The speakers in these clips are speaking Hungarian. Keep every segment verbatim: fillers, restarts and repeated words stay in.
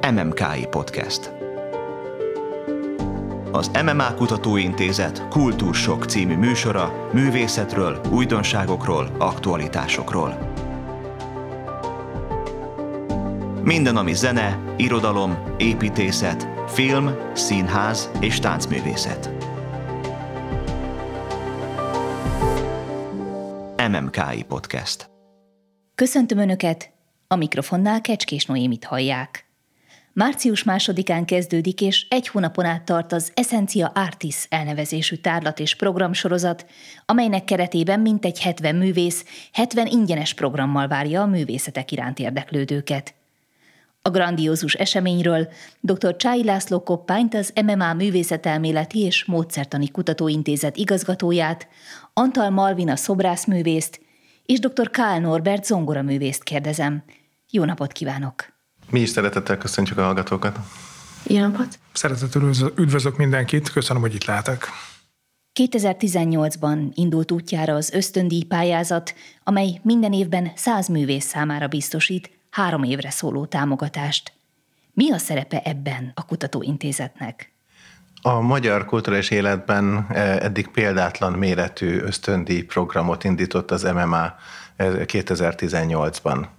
em em ká i Podcast. Az em em á Kutatóintézet Kultúrsok című műsora művészetről, újdonságokról, aktualitásokról. Minden, ami zene, irodalom, építészet, film, színház és táncművészet. em em ká i Podcast. Köszöntöm Önöket, a mikrofonnál Kecskés Noémit hallják. Március másodikán kezdődik, és egy hónapon át tart az Essentia Artis elnevezésű tárlat és programsorozat, amelynek keretében mintegy hetven művész, hetven ingyenes programmal várja a művészetek iránt érdeklődőket. A grandiózus eseményről dr. Csályi László Koppányt, az em em á Művészetelméleti és Módszertani Kutatóintézet igazgatóját, Antal Malvina szobrászművészt és dr. Kál Norbert zongoraművészt kérdezem. Jó napot kívánok! Mi is szeretettel köszöntjük a hallgatókat. Jó napot! Szeretettel üdvözlök mindenkit, köszönöm, hogy itt lehetek. kétezer-tizennyolcban indult útjára az ösztöndíj pályázat, amely minden évben száz művész számára biztosít három évre szóló támogatást. Mi a szerepe ebben a kutatóintézetnek? A magyar kulturális életben eddig példátlan méretű ösztöndíj programot indított az em em á kétezer-tizennyolcban.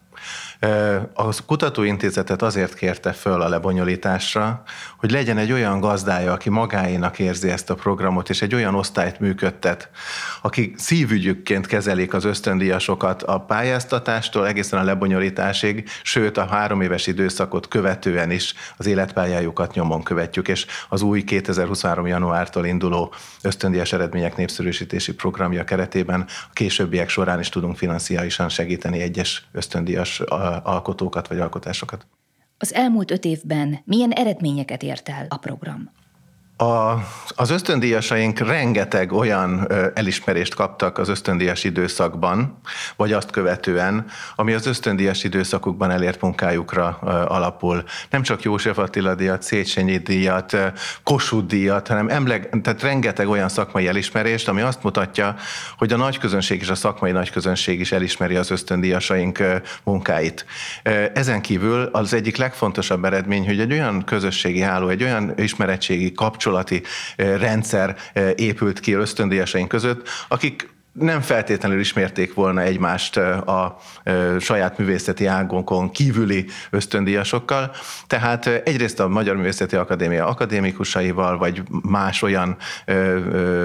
A kutatóintézetet azért kérte föl a lebonyolításra, hogy legyen egy olyan gazdája, aki magáénak érzi ezt a programot, és egy olyan osztályt működtet, akik szívügyükként kezelik az ösztöndíjasokat a pályáztatástól egészen a lebonyolításig, sőt a három éves időszakot követően is az életpályájukat nyomon követjük, és az új kétezer-huszonhárom januártól induló ösztöndíjas eredmények népszerűsítési programja keretében a későbbiek során is tudunk financiálisan segíteni egyes ösztöndíjas alkotókat vagy alkotásokat. Az elmúlt öt évben milyen eredményeket ért el a program? A, az ösztöndíjasaink rengeteg olyan ö, elismerést kaptak az ösztöndíjas időszakban, vagy azt követően, ami az ösztöndíjas időszakukban elért munkájukra ö, alapul. Nem csak József Attila díjat, Széchenyi díjat, ö, Kossuth díjat, hanem emleg, tehát rengeteg olyan szakmai elismerést, ami azt mutatja, hogy a nagyközönség és a szakmai nagyközönség is elismeri az ösztöndíjasaink ö, munkáit. Ö, ezen kívül az egyik legfontosabb eredmény, hogy egy olyan közösségi háló, egy olyan ismeretségi kapcsolat, rendszer épült ki ösztöndíjasaink között, akik nem feltétlenül ismerték volna egymást a saját művészeti ágonkon kívüli ösztöndíjasokkal. Tehát egyrészt a Magyar Művészeti Akadémia akadémikusaival, vagy más olyan ö, ö,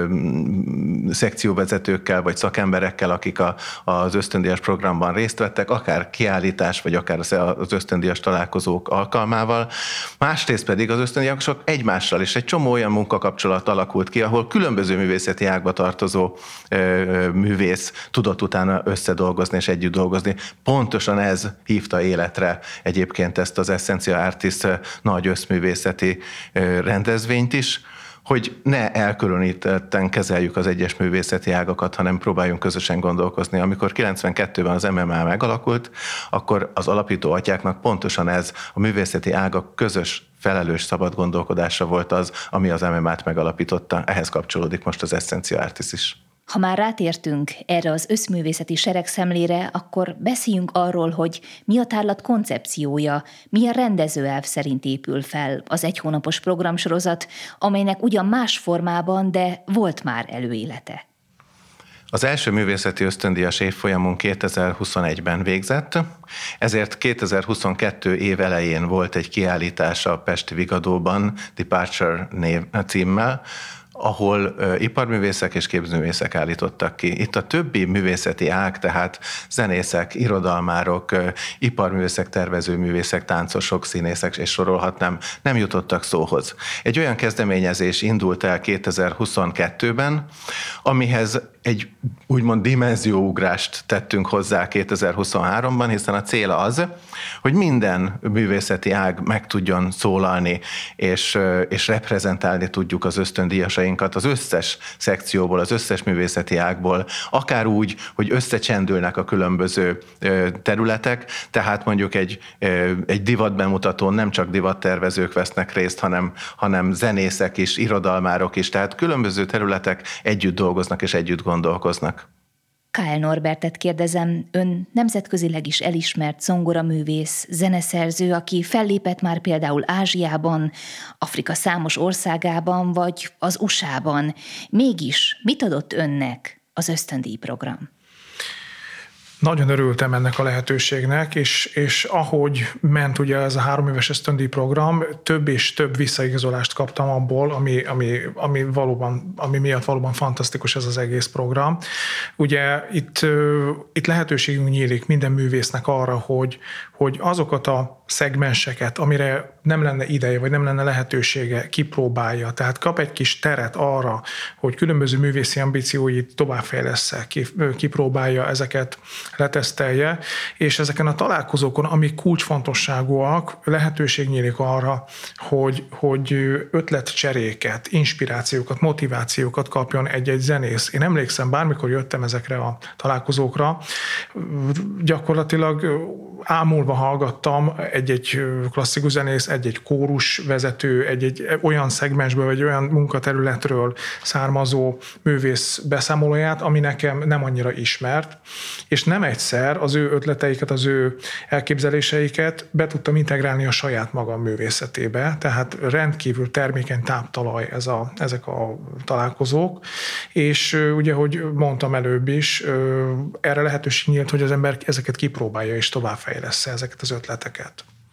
szekcióvezetőkkel, vagy szakemberekkel, akik a, az ösztöndíjas programban részt vettek, akár kiállítás, vagy akár az ösztöndíjas találkozók alkalmával. Másrészt pedig az ösztöndíjasok egymással is egy csomó olyan munkakapcsolat alakult ki, ahol különböző művészeti ágba tartozó ö, művész tudott utána összedolgozni és együtt dolgozni. Pontosan ez hívta életre egyébként ezt az Essentia Artis nagy összművészeti rendezvényt is, hogy ne elkülönítetten kezeljük az egyes művészeti ágakat, hanem próbáljunk közösen gondolkozni. Amikor kilencvenkettőben az em em á megalakult, akkor az alapító atyáknak pontosan ez a művészeti ágak közös felelős szabad gondolkodása volt az, ami az em em á-t megalapította. Ehhez kapcsolódik most az Essentia Artis is. Ha már rátértünk erre az összművészeti seregszemlére, akkor beszéljünk arról, hogy mi a tárlat koncepciója, milyen rendezőelv szerint épül fel az egy hónapos programsorozat, amelynek ugyan más formában, de volt már előélete. Az első művészeti ösztöndíjas évfolyamunk kétezer-huszonegyben végzett, ezért kétezer-huszonkettő év elején volt egy kiállítás a Pesti Vigadóban, Departure név címmel, ahol uh, iparművészek és képzőművészek állítottak ki. Itt a többi művészeti ág, tehát zenészek, irodalmárok, uh, iparművészek, tervezőművészek, táncosok, színészek, és sorolhatnám, nem jutottak szóhoz. Egy olyan kezdeményezés indult el kétezer-huszonkettőben, amihez egy úgymond dimenzióugrást tettünk hozzá kétezer-huszonháromban, hiszen a cél az, hogy minden művészeti ág meg tudjon szólalni, és, és reprezentálni tudjuk az ösztöndíjasainkat az összes szekcióból, az összes művészeti ágból, akár úgy, hogy összecsendülnek a különböző területek, tehát mondjuk egy, egy divatbemutatón nem csak divattervezők vesznek részt, hanem, hanem zenészek is, irodalmárok is, tehát különböző területek együtt dolgoznak és együtt gondolkoznak. ká el Norbertet kérdezem, ön nemzetközileg is elismert zongoraművész, zeneszerző, aki fellépett már például Ázsiában, Afrika számos országában, vagy az u es á-ban. Mégis mit adott önnek az ösztöndíj program? Nagyon örültem ennek a lehetőségnek, és, és ahogy ment ugye ez a három éves ösztöndíj program, több és több visszaigazolást kaptam abból, ami, ami, ami, valóban, ami miatt valóban fantasztikus ez az egész program. Ugye itt, itt lehetőségünk nyílik minden művésznek arra, hogy, hogy azokat a szegmenseket, amire nem lenne ideje, vagy nem lenne lehetősége, kipróbálja. Tehát kap egy kis teret arra, hogy különböző művészi ambícióit továbbfejlessze, kipróbálja ezeket, letesztelje, és ezeken a találkozókon, amik kulcsfontosságúak, lehetőség nyílik arra, hogy, hogy ötletcseréket, inspirációkat, motivációkat kapjon egy-egy zenész. Én emlékszem, bármikor jöttem ezekre a találkozókra, gyakorlatilag ámulva hallgattam egy-egy klasszikus zenész, egy-egy kórus vezető, egy-egy olyan szegmensből, vagy olyan munkaterületről származó művész beszámolóját, ami nekem nem annyira ismert, és nem egyszer az ő ötleteiket, az ő elképzeléseiket be tudtam integrálni a saját magam művészetébe, tehát rendkívül termékeny táptalaj ez a, ezek a találkozók, és ugye, hogy mondtam előbb is, erre lehetőség nyílt, hogy az ember ezeket kipróbálja és továbbfejlessze ezeket az ötleteket.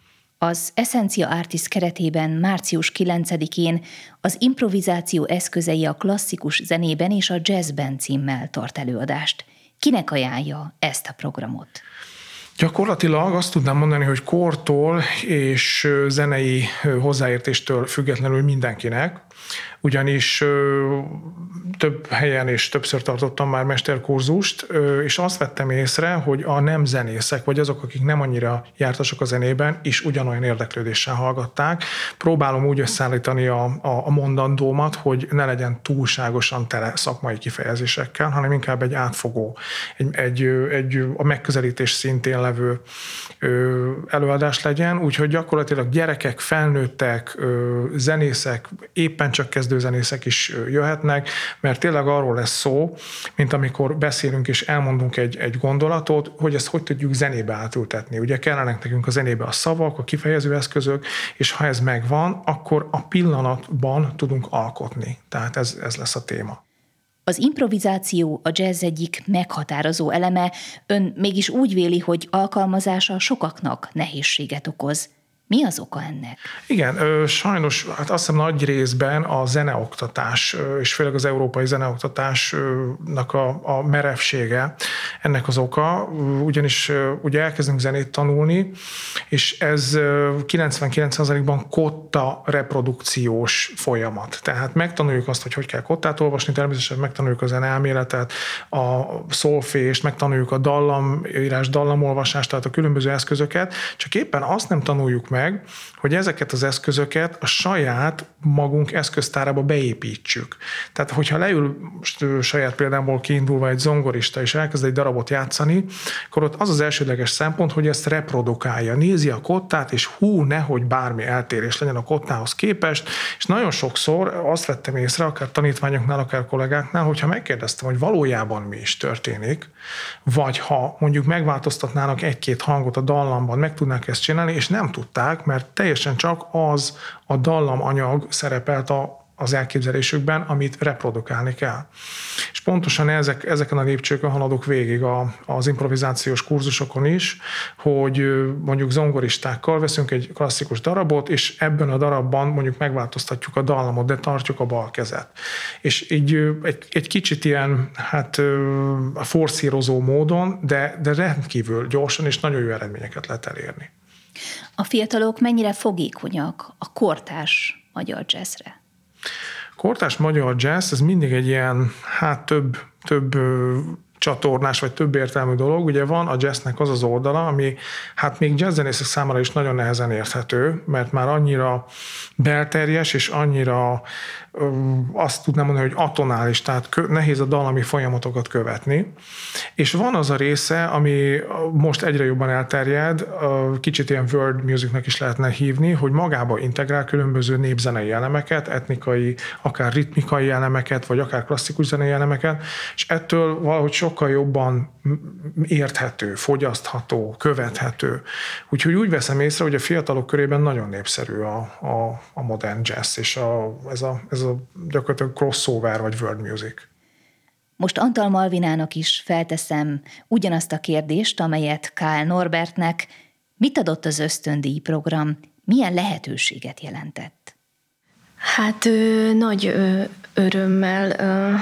Az Essencia Artis keretében március kilencedikén az improvizáció eszközei a klasszikus zenében és a jazzben címmel tart előadást. Kinek ajánlja ezt a programot? Gyakorlatilag azt tudnám mondani, hogy kortól és zenei hozzáértéstől függetlenül mindenkinek, ugyanis ö, több helyen és többször tartottam már mesterkurzust, ö, és azt vettem észre, hogy a nem zenészek, vagy azok, akik nem annyira jártasok a zenében, is ugyanolyan érdeklődéssel hallgatták. Próbálom úgy összeállítani a, a, a mondandómat, hogy ne legyen túlságosan tele szakmai kifejezésekkel, hanem inkább egy átfogó, egy, egy, egy a megközelítés szintén levő ö, előadás legyen, úgyhogy gyakorlatilag gyerekek, felnőttek, ö, zenészek, éppen csak kezdőzenészek is jöhetnek, mert tényleg arról lesz szó, mint amikor beszélünk és elmondunk egy, egy gondolatot, hogy ezt hogy tudjuk zenébe átültetni. Ugye kellenek nekünk a zenébe a szavak, a kifejező eszközök, és ha ez megvan, akkor a pillanatban tudunk alkotni. Tehát ez, ez lesz a téma. Az improvizáció a jazz egyik meghatározó eleme, ön mégis úgy véli, hogy alkalmazása sokaknak nehézséget okoz. Mi az oka ennek? Igen, sajnos hát azt hiszem nagy részben a zeneoktatás, és főleg az európai zeneoktatásnak a, a merevsége ennek az oka, ugyanis ugye elkezdünk zenét tanulni, és ez kilencvenkilenc százalékban kotta reprodukciós folyamat. Tehát megtanuljuk azt, hogy hogy kell kottát olvasni, természetesen megtanuljuk a zeneelméletet, a szolfést, megtanuljuk a dallamírás, dallamolvasást, tehát a különböző eszközöket, csak éppen azt nem tanuljuk meg, hogy ezeket az eszközöket a saját magunk eszköztárába beépítsük. Tehát, hogyha leül most saját példából kiindulva egy zongorista és elkezd egy darabot játszani, akkor ott az az elsődleges szempont, hogy ezt reprodukálja. Nézi a kottát, és hú, nehogy bármi eltérés legyen a kottához képest, és nagyon sokszor azt vettem észre, akár tanítványoknál, akár kollégáknál, hogyha megkérdeztem, hogy valójában mi is történik, vagy ha mondjuk megváltoztatnának egy-két hangot a dallamban, meg tudnák ezt csinálni, és nem tudták, mert teljesen csak az a dallamanyag szerepelt a az elképzelésükben, amit reprodukálni kell. És pontosan ezek, ezeken a lépcsőkön haladok végig a, az improvizációs kurzusokon is, hogy mondjuk zongoristákkal veszünk egy klasszikus darabot, és ebben a darabban mondjuk megváltoztatjuk a dallamot, de tartjuk a bal kezet. És így egy, egy kicsit ilyen hát forszírozó módon, de, de rendkívül gyorsan és nagyon jó eredményeket lehet elérni. A fiatalok mennyire fogékonyak a kortárs magyar jazzre? Kortárs magyar jazz, ez mindig egy ilyen, hát több, több csatornás, vagy több értelmű dolog. Ugye van a jazznek az az oldala, ami hát még jazzzenészek számára is nagyon nehezen érthető, mert már annyira belterjes, és annyira azt tudnám mondani, hogy atonális, tehát nehéz a dallami folyamatokat követni. És van az a része, ami most egyre jobban elterjed, kicsit ilyen world musicnek is lehetne hívni, hogy magába integrál különböző népzenei elemeket, etnikai, akár ritmikai elemeket, vagy akár klasszikus zenei elemeket, és ettől valahogy sok sokkal jobban érthető, fogyasztható, követhető. Úgyhogy úgy veszem észre, hogy a fiatalok körében nagyon népszerű a, a, a modern jazz, és a, ez, a, ez a gyakorlatilag crossover vagy world music. Most Antal Malvinának is felteszem ugyanazt a kérdést, amelyet Kál Norbertnek. Mit adott az ösztöndíj program? Milyen lehetőséget jelentett? Hát ö, nagy ö, örömmel ö,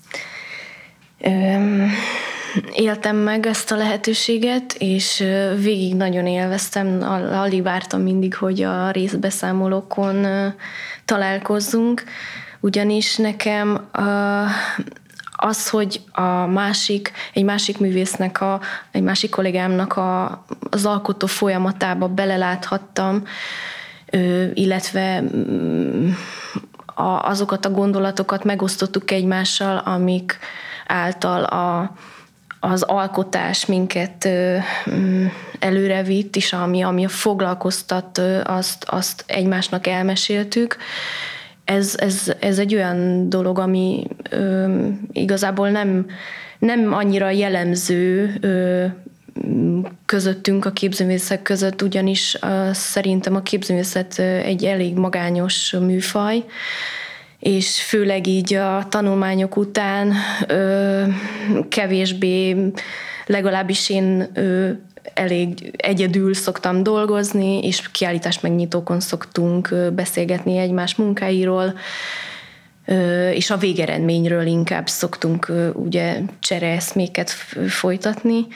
ö, éltem meg ezt a lehetőséget, és ö, végig nagyon élveztem. Alig vártam mindig, hogy a részbeszámolókon ö, találkozzunk, ugyanis nekem ö, az, hogy a másik, egy másik művésznek, a, egy másik kollégámnak a, az alkotó folyamatába beleláthattam, ö, illetve ö, a, azokat a gondolatokat megosztottuk egymással, amik által a, az alkotás minket ö, előre vitt, és ami, ami foglalkoztat, ö, azt, azt egymásnak elmeséltük. Ez, ez, ez egy olyan dolog, ami ö, igazából nem, nem annyira jellemző ö, közöttünk, a képzőművészek között, ugyanis ö, szerintem a képzőművészet egy elég magányos műfaj, és főleg így a tanulmányok után ö, kevésbé, legalábbis én ö, elég egyedül szoktam dolgozni, és kiállítás megnyitókon szoktunk beszélgetni egymás munkáiról, és a végeredményről inkább szoktunk ugye csereeszméket folytatni.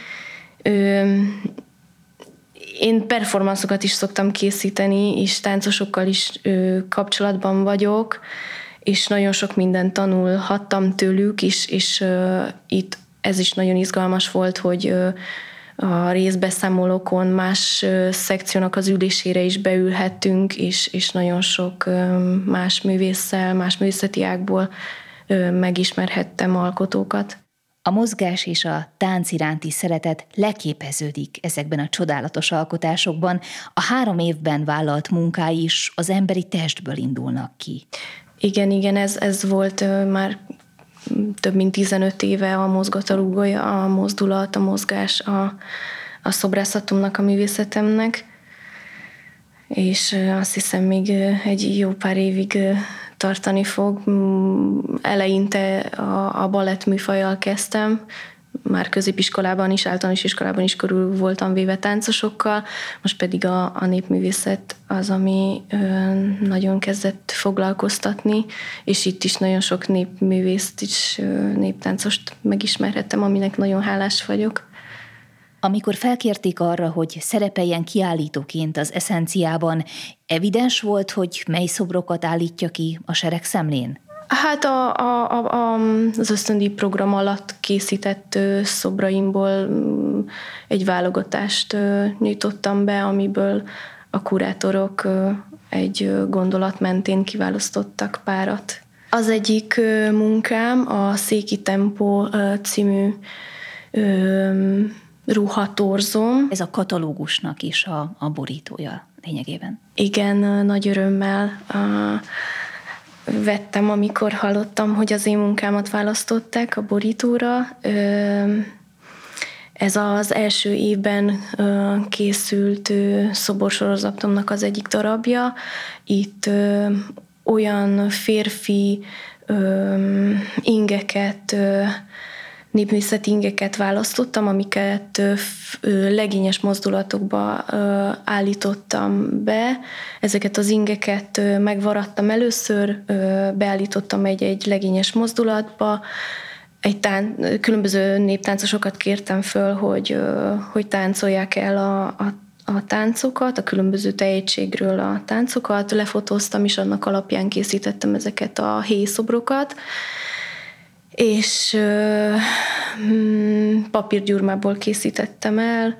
Én performanszokat is szoktam készíteni, és táncosokkal is kapcsolatban vagyok, és nagyon sok mindent tanulhattam tőlük, és, és itt ez is nagyon izgalmas volt, hogy a részbeszámolókon más szekciónak az ülésére is beülhettünk, és, és nagyon sok más művésszel, más művészeti ágból megismerhettem alkotókat. A mozgás és a tánc iránti szeretet leképeződik ezekben a csodálatos alkotásokban. A három évben vállalt munkái is az emberi testből indulnak ki. Igen, igen, ez, ez volt már több mint tizenöt éve a mozgatórugója, a mozdulat, a mozgás a, a szobrászatomnak, a művészetemnek, és azt hiszem még egy jó pár évig tartani fog. Eleinte a, a balett műfajjal kezdtem, már középiskolában is, általános iskolában is körül voltam véve táncosokkal, most pedig a, a népművészet az, ami ö, nagyon kezdett foglalkoztatni, és itt is nagyon sok népművészt és ö, néptáncost megismerhettem, aminek nagyon hálás vagyok. Amikor felkérték arra, hogy szerepeljen kiállítóként az Eszenciában, evidens volt, hogy mely szobrokat állítja ki a seregszemlén? Hát a, a, a, az ösztöndíj program alatt készített szobraimból egy válogatást nyújtottam be, amiből a kurátorok egy gondolat mentén kiválasztottak párat. Az egyik munkám a Széki Tempó című ruhatorzom. Ez a katalógusnak is a, a borítója lényegében. Igen, nagy örömmel a, vettem, amikor hallottam, hogy az én munkámat választották a borítóra. Ez az első évben készült szoborsorozatomnak az egyik darabja. Itt olyan férfi ingeket, népművészeti ingeket választottam, amiket legényes mozdulatokba állítottam be. Ezeket az ingeket megvarattam először, beállítottam egy-egy legényes mozdulatba. Egy tán- különböző néptáncosokat kértem föl, hogy, hogy táncolják el a, a, a táncokat, a különböző tehetségről a táncokat. Lefotóztam, és annak alapján készítettem ezeket a héjszobrokat. És ö, papírgyurmából készítettem el,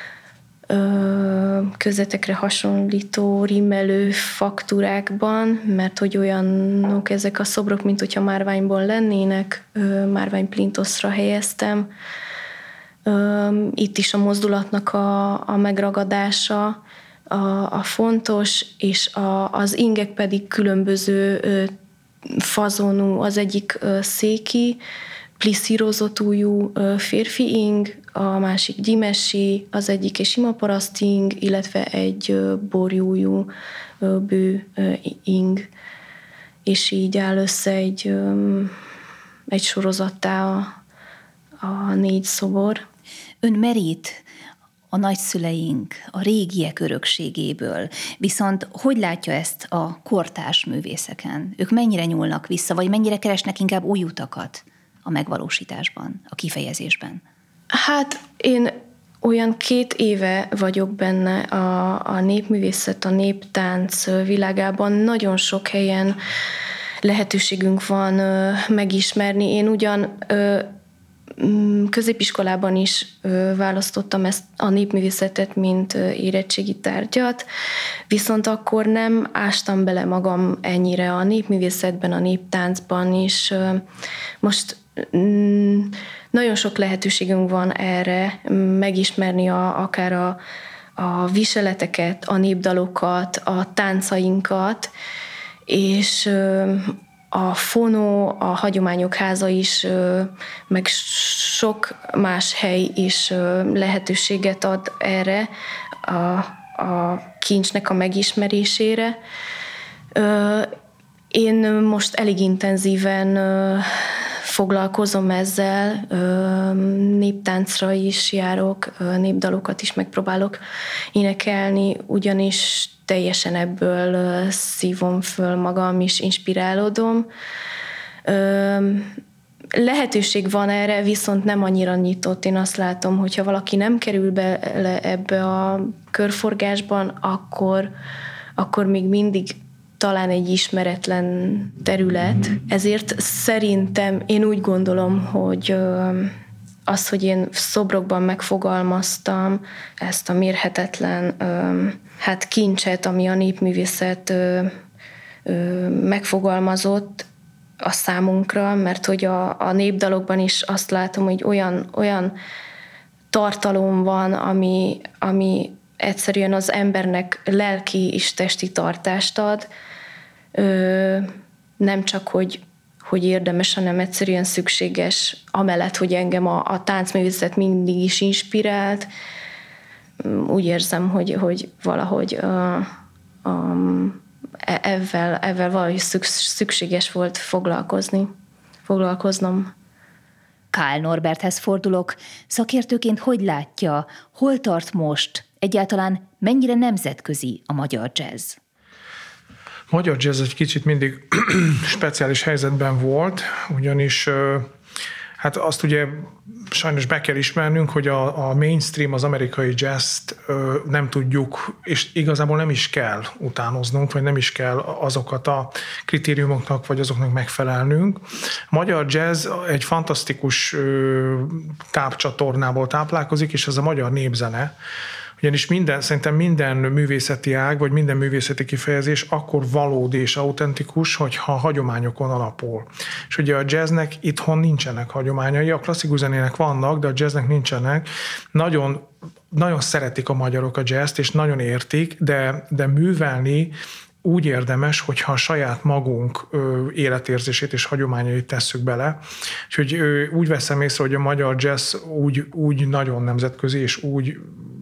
ö, közetekre hasonlító rímelő faktúrákban, mert hogy olyanok ezek a szobrok, mint hogyha márványból lennének, ö, márványplintoszra helyeztem. Ö, itt is a mozdulatnak a, a megragadása a, a fontos, és a, az ingek pedig különböző ö, fazonú, az egyik széki pliszírozott ujjú férfi ing, a másik gyimesi, az egyik egy sima paraszt ing, illetve egy borjújú bő ing, és így áll össze egy, egy sorozattá a, a négy szobor. Ön merít a nagyszüleink, a régiek örökségéből, viszont hogy látja ezt a kortárs művészeken? Ők mennyire nyúlnak vissza, vagy mennyire keresnek inkább új utakat a megvalósításban, a kifejezésben? Hát én olyan két éve vagyok benne a, a népművészet, a néptánc világában. Nagyon sok helyen lehetőségünk van ö, megismerni. Én ugyan ö, középiskolában is ö, választottam ezt a népművészetet, mint ö, érettségi tárgyat, viszont akkor nem ástam bele magam ennyire a népművészetben, a néptáncban is. Ö, most mm, nagyon sok lehetőségünk van erre, megismerni a, akár a, a viseleteket, a népdalokat, a táncainkat, és ö, a Fonó, a Hagyományok Háza is, meg sok más hely is lehetőséget ad erre, a, a kincsnek a megismerésére. Én most elég intenzíven foglalkozom ezzel, néptáncra is járok, népdalokat is megpróbálok énekelni, ugyanis teljesen ebből szívom föl magam, és inspirálódom. Lehetőség van erre, viszont nem annyira nyitott. Én azt látom, hogyha valaki nem kerül bele ebbe a körforgásban, akkor, akkor még mindig talán egy ismeretlen terület. Ezért szerintem én úgy gondolom, hogy az, hogy én szobrokban megfogalmaztam ezt a mérhetetlen hát kincset, ami a népművészet megfogalmazott a számunkra, mert hogy a, a népdalokban is azt látom, hogy olyan, olyan tartalom van, ami, ami egyszerűen az embernek lelki és testi tartást ad, Ö, nem csak, hogy, hogy érdemes, hanem egyszerűen szükséges, amellett, hogy engem a, a táncművészet mindig is inspirált. Úgy érzem, hogy, hogy valahogy uh, um, ezzel, ezzel valahogy szükséges volt foglalkozni, foglalkoznom. Kál Norberthez fordulok. Szakértőként hogy látja, hol tart most, egyáltalán mennyire nemzetközi a magyar jazz? Magyar jazz egy kicsit mindig speciális helyzetben volt, ugyanis hát azt ugye sajnos be kell ismernünk, hogy a, a mainstream, az amerikai jazzt nem tudjuk, és igazából nem is kell utánoznunk, vagy nem is kell azokat a kritériumoknak, vagy azoknak megfelelnünk. A magyar jazz egy fantasztikus tápcsatornából táplálkozik, és ez a magyar népzene. Ugyanis minden, szerintem minden művészeti ág, vagy minden művészeti kifejezés akkor valódi és autentikus, hogyha hagyományokon alapul. És ugye a jazznek itthon nincsenek hagyományai, a klasszikus zenének vannak, de a jazznek nincsenek. Nagyon, nagyon szeretik a magyarok a jazzt, és nagyon értik, de, de művelni úgy érdemes, hogyha a saját magunk ö, életérzését és hagyományait tesszük bele. Úgyhogy ö, úgy veszem észre, hogy a magyar jazz úgy, úgy nagyon nemzetközi, és úgy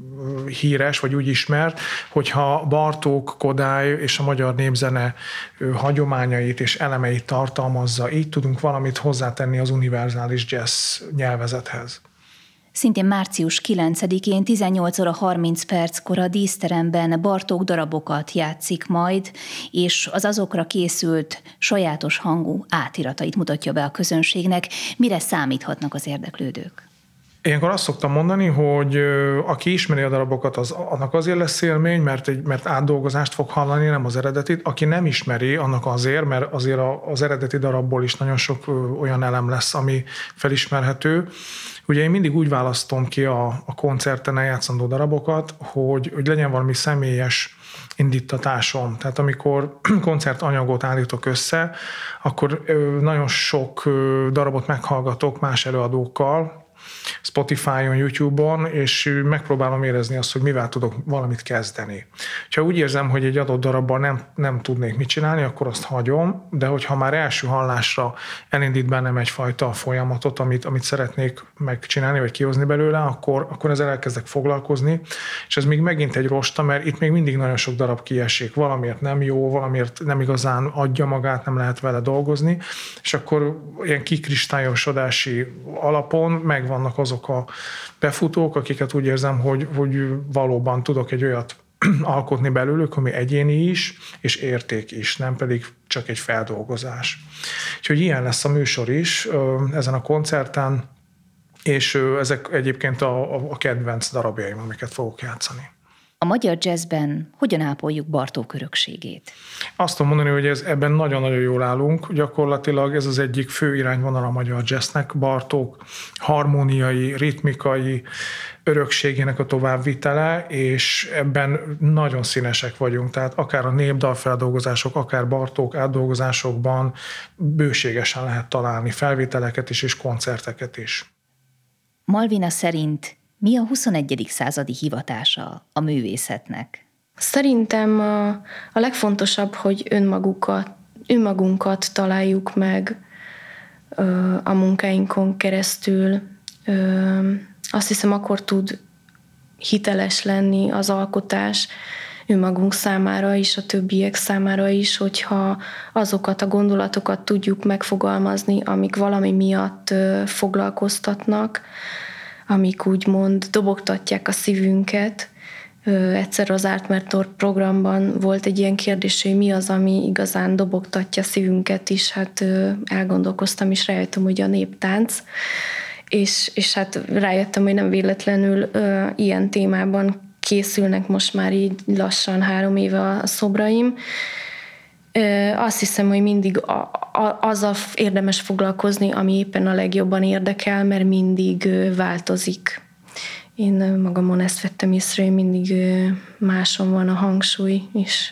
híres, vagy úgy ismert, hogyha Bartók, Kodály és a magyar népzene hagyományait és elemeit tartalmazza, így tudunk valamit hozzátenni az univerzális jazz nyelvezethez. Szintén március kilencedikén tizennyolc óra harminc perckor a díszteremben Bartók darabokat játszik majd, és az azokra készült sajátos hangú átiratait mutatja be a közönségnek. Mire számíthatnak az érdeklődők? Ilyenkor azt szoktam mondani, hogy aki ismeri a darabokat, az, annak azért lesz élmény, mert, egy, mert átdolgozást fog hallani, nem az eredetit. Aki nem ismeri, annak azért, mert azért az eredeti darabból is nagyon sok olyan elem lesz, ami felismerhető. Ugye én mindig úgy választom ki a, a koncerten eljátszandó darabokat, hogy, hogy legyen valami személyes indítatásom. Tehát amikor koncertanyagot állítok össze, akkor nagyon sok darabot meghallgatok más előadókkal, Spotify-on, YouTube-on, és megpróbálom érezni azt, hogy mivel tudok valamit kezdeni. Ha úgy érzem, hogy egy adott darabban nem, nem tudnék mit csinálni, akkor azt hagyom, de hogyha már első hallásra elindít bennem egyfajta folyamatot, amit, amit szeretnék megcsinálni, vagy kihozni belőle, akkor, akkor ezzel elkezdek foglalkozni, és ez még megint egy rosta, mert itt még mindig nagyon sok darab kiesik. Valamiért nem jó, valamiért nem igazán adja magát, nem lehet vele dolgozni, és akkor ilyen kikristályosodási alapon megvannak azok a befutók, akiket úgy érzem, hogy, hogy valóban tudok egy olyat alkotni belőlük, ami egyéni is, és érték is, nem pedig csak egy feldolgozás. Úgyhogy ilyen lesz a műsor is ezen a koncerten, és ezek egyébként a, a kedvenc darabjaim, amiket fogok játszani. A magyar jazzben hogyan ápoljuk Bartók örökségét? Azt tudom mondani, hogy ez, ebben nagyon-nagyon jól állunk. Gyakorlatilag ez az egyik fő irányvonal a magyar jazznek, Bartók harmóniai, ritmikai örökségének a továbbvitele, és ebben nagyon színesek vagyunk. Tehát akár a népdalfeldolgozások, akár Bartók átdolgozásokban bőségesen lehet találni felvételeket is, és koncerteket is. Malvina szerint mi a huszonegyedik századi hivatása a művészetnek? Szerintem a, a legfontosabb, hogy önmagukat, önmagunkat találjuk meg ö, a munkáinkon keresztül. Ö, azt hiszem, akkor tud hiteles lenni az alkotás önmagunk számára is, a többiek számára is, hogyha azokat a gondolatokat tudjuk megfogalmazni, amik valami miatt ö, foglalkoztatnak, amik úgymond dobogtatják a szívünket. Egyszer az Art Mentor programban volt egy ilyen kérdés, hogy mi az, ami igazán dobogtatja a szívünket is. Hát elgondolkoztam, és rájöttem, hogy a néptánc. És, és hát rájöttem, hogy nem véletlenül ilyen témában készülnek most már így lassan három éve a szobraim. Azt hiszem, hogy mindig a, a, azzal érdemes foglalkozni, ami éppen a legjobban érdekel, mert mindig változik. Én magamon ezt vettem észre, hogy mindig máson van a hangsúly, és,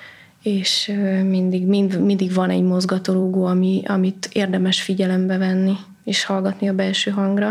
és mindig, mind, mindig van egy mozgatórugó, ami, amit érdemes figyelembe venni, és hallgatni a belső hangra.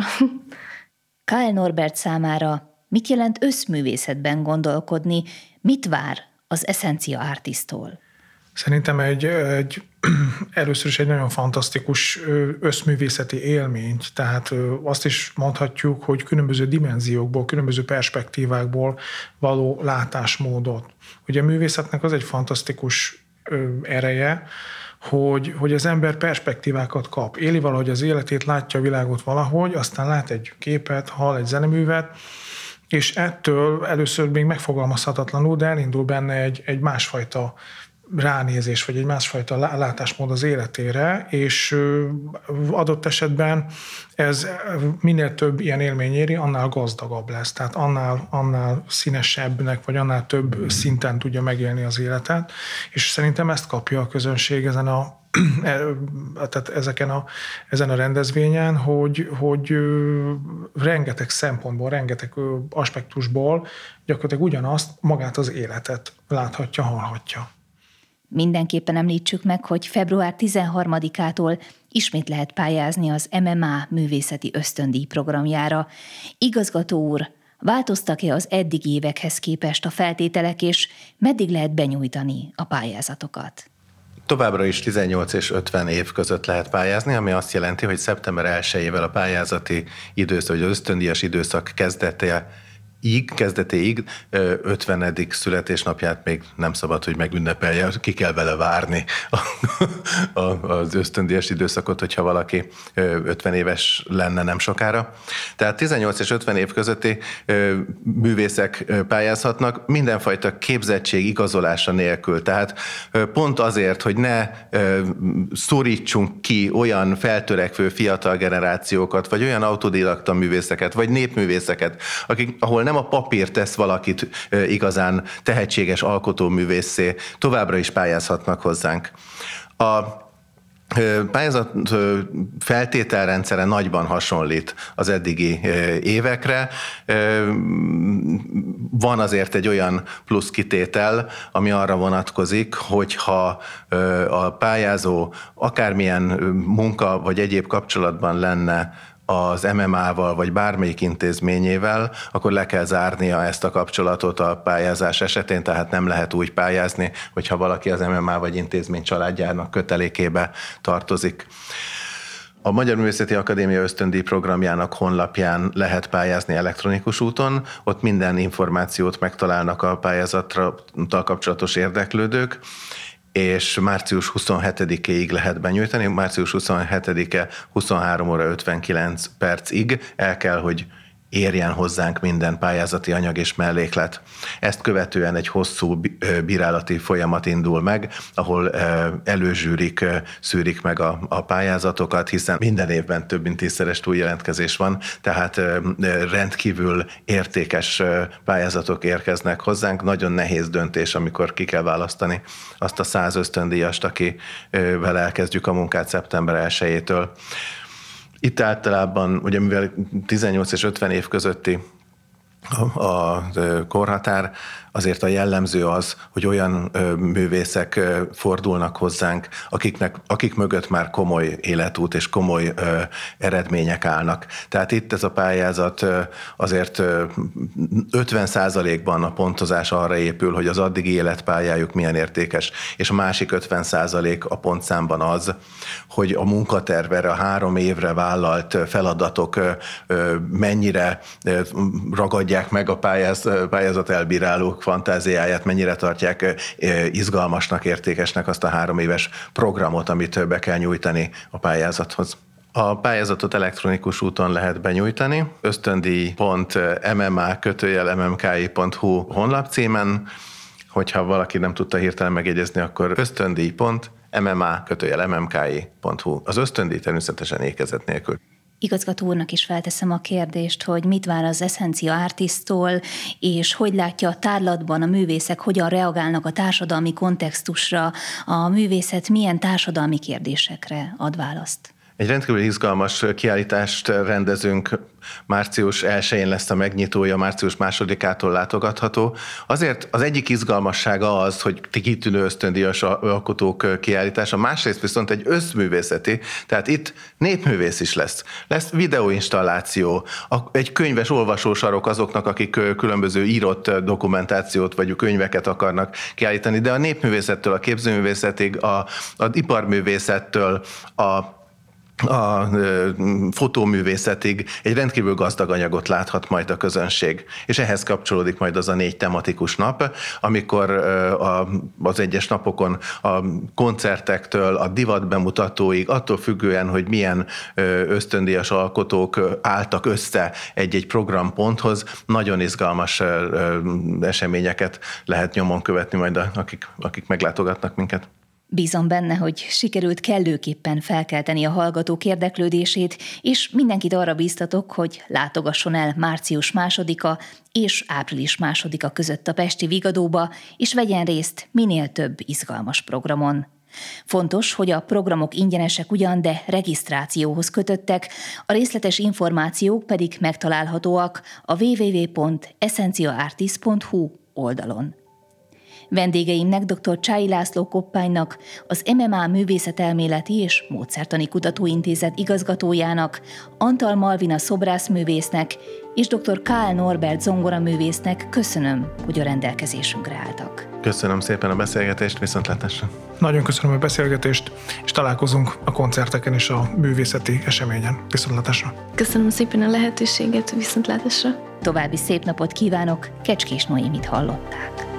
ká el Norbert számára mit jelent összművészetben gondolkodni, mit vár az Essencia Artistól? Szerintem egy, egy, először is egy nagyon fantasztikus összművészeti élményt, tehát azt is mondhatjuk, hogy különböző dimenziókból, különböző perspektívákból való látásmódot. Ugye a művészetnek az egy fantasztikus ereje, hogy, hogy az ember perspektívákat kap. Éli valahogy az életét, látja a világot valahogy, aztán lát egy képet, hall egy zeneművet, és ettől először még megfogalmazhatatlanul, de elindul benne egy, egy másfajta ránézés, vagy egy másfajta látásmód az életére, és adott esetben ez minél több ilyen élmény éri, annál gazdagabb lesz. Tehát annál, annál színesebbnek, vagy annál több szinten tudja megélni az életet, és szerintem ezt kapja a közönség ezen a tehát ezeken a, ezen a rendezvényen, hogy, hogy rengeteg szempontból, rengeteg aspektusból gyakorlatilag ugyanazt, magát az életet láthatja, hallhatja. Mindenképpen említsük meg, hogy február tizenharmadikától ismét lehet pályázni az em em á művészeti ösztöndíj programjára. Igazgató úr, változtak-e az eddigi évekhez képest a feltételek, és meddig lehet benyújtani a pályázatokat? Továbbra is tizennyolc és ötven év között lehet pályázni, ami azt jelenti, hogy szeptember elsejével a pályázati időszak, vagy az ösztöndíjas időszak kezdete Így, kezdetéig ötvenedik születésnapját még nem szabad, hogy megünnepelje, ki kell vele várni az ösztöndíjas időszakot, hogyha valaki ötven éves lenne nem sokára. Tehát tizennyolc és ötven év közötti művészek pályázhatnak mindenfajta képzettség igazolása nélkül. Tehát pont azért, hogy ne szorítsunk ki olyan feltörekvő fiatal generációkat, vagy olyan autodidakta művészeket, vagy népművészeket, akik, ahol nem a papír tesz valakit igazán tehetséges alkotóművészé, továbbra is pályázhatnak hozzánk. A pályázat feltételrendszere nagyban hasonlít az eddigi évekre. Van azért egy olyan plusz kitétel, ami arra vonatkozik, hogyha a pályázó akármilyen munka vagy egyéb kapcsolatban lenne az em em á-val vagy bármelyik intézményével, akkor le kell zárnia ezt a kapcsolatot a pályázás esetén, tehát nem lehet úgy pályázni, hogyha valaki az em em á vagy intézmény családjának kötelékébe tartozik. A Magyar Művészeti Akadémia ösztöndíj programjának honlapján lehet pályázni elektronikus úton, ott minden információt megtalálnak a pályázattal kapcsolatos érdeklődők, és március huszonhetedikéig lehet benyújtani. Március huszonhetedike huszonhárom óra ötvenkilenc percig el kell, hogy érjen hozzánk minden pályázati anyag és melléklet. Ezt követően egy hosszú bírálati folyamat indul meg, ahol előzsűrik szűrik meg a, a pályázatokat, hiszen minden évben több mint tízszeres túljelentkezés van, tehát rendkívül értékes pályázatok érkeznek hozzánk. Nagyon nehéz döntés, amikor ki kell választani azt a száz ösztöndíjast, akivel elkezdjük a munkát szeptember elsejétől. Itt általában, ugye mivel tizennyolc és ötven év közötti a, a korhatár, azért a jellemző az, hogy olyan művészek fordulnak hozzánk, akiknek, akik mögött már komoly életút és komoly ö, eredmények állnak. Tehát itt ez a pályázat azért ötven százalékban a pontozás arra épül, hogy az addigi életpályájuk milyen értékes, és a másik ötven százalék a pontszámban az, hogy a munkatervre, a három évre vállalt feladatok mennyire ragadják meg a pályáz, pályázat elbírálók fantáziáját, mennyire tartják izgalmasnak, értékesnek azt a három éves programot, amit be kell nyújtani a pályázathoz. A pályázatot elektronikus úton lehet benyújtani, ösztöndíj pont em em á kötőjel em em ká i pont hu honlapcímen, hogyha valaki nem tudta hirtelen megjegyezni, akkor ösztöndíj pont em em á kötőjel em em ká i pont hu. Az ösztöndíj természetesen ékezet nélkül. Igazgató úrnak is felteszem a kérdést, hogy mit vár az Essencia Artistól, és hogy látja a tárlatban a művészek, hogyan reagálnak a társadalmi kontextusra, a művészet milyen társadalmi kérdésekre ad választ. Egy rendkívül izgalmas kiállítást rendezünk, március elsején lesz a megnyitója, március másodikától látogatható. Azért az egyik izgalmassága az, hogy kitűnő ösztöndíjas alkotók kiállítása, másrészt viszont egy összművészeti, tehát itt népművész is lesz. Lesz videóinstalláció, egy könyves olvasósarok azoknak, akik különböző írott dokumentációt vagy könyveket akarnak kiállítani, de a népművészettől a képzőművészetig, a, az iparművészettől, a a fotóművészetig egy rendkívül gazdag anyagot láthat majd a közönség. És ehhez kapcsolódik majd az a négy tematikus nap, amikor az egyes napokon a koncertektől, a divat bemutatóig, attól függően, hogy milyen ösztöndíjas alkotók álltak össze egy-egy programponthoz, nagyon izgalmas eseményeket lehet nyomon követni majd, akik, akik meglátogatnak minket. Bízom benne, hogy sikerült kellőképpen felkelteni a hallgatók érdeklődését, és mindenkit arra bíztatok, hogy látogasson el március másodika és április másodika között a pesti Vigadóba, és vegyen részt minél több izgalmas programon. Fontos, hogy a programok ingyenesek ugyan, de regisztrációhoz kötöttek, a részletes információk pedig megtalálhatóak a double-u double-u double-u pont essencia artist pont hu oldalon. Vendégeimnek dr. Csáy László Koppánynak, az em em á Művészetelméleti és Módszertani Kutatóintézet igazgatójának, Antal Malvina szobrászművésznek és dr. Kál Norbert zongoraművésznek köszönöm, hogy a rendelkezésünkre álltak. Köszönöm szépen a beszélgetést, viszontlátásra! Nagyon köszönöm a beszélgetést, és találkozunk a koncerteken és a művészeti eseményen. Viszontlátásra! Köszönöm szépen a lehetőséget, viszontlátásra! További szép napot kívánok, Kecskés Noémit hallották.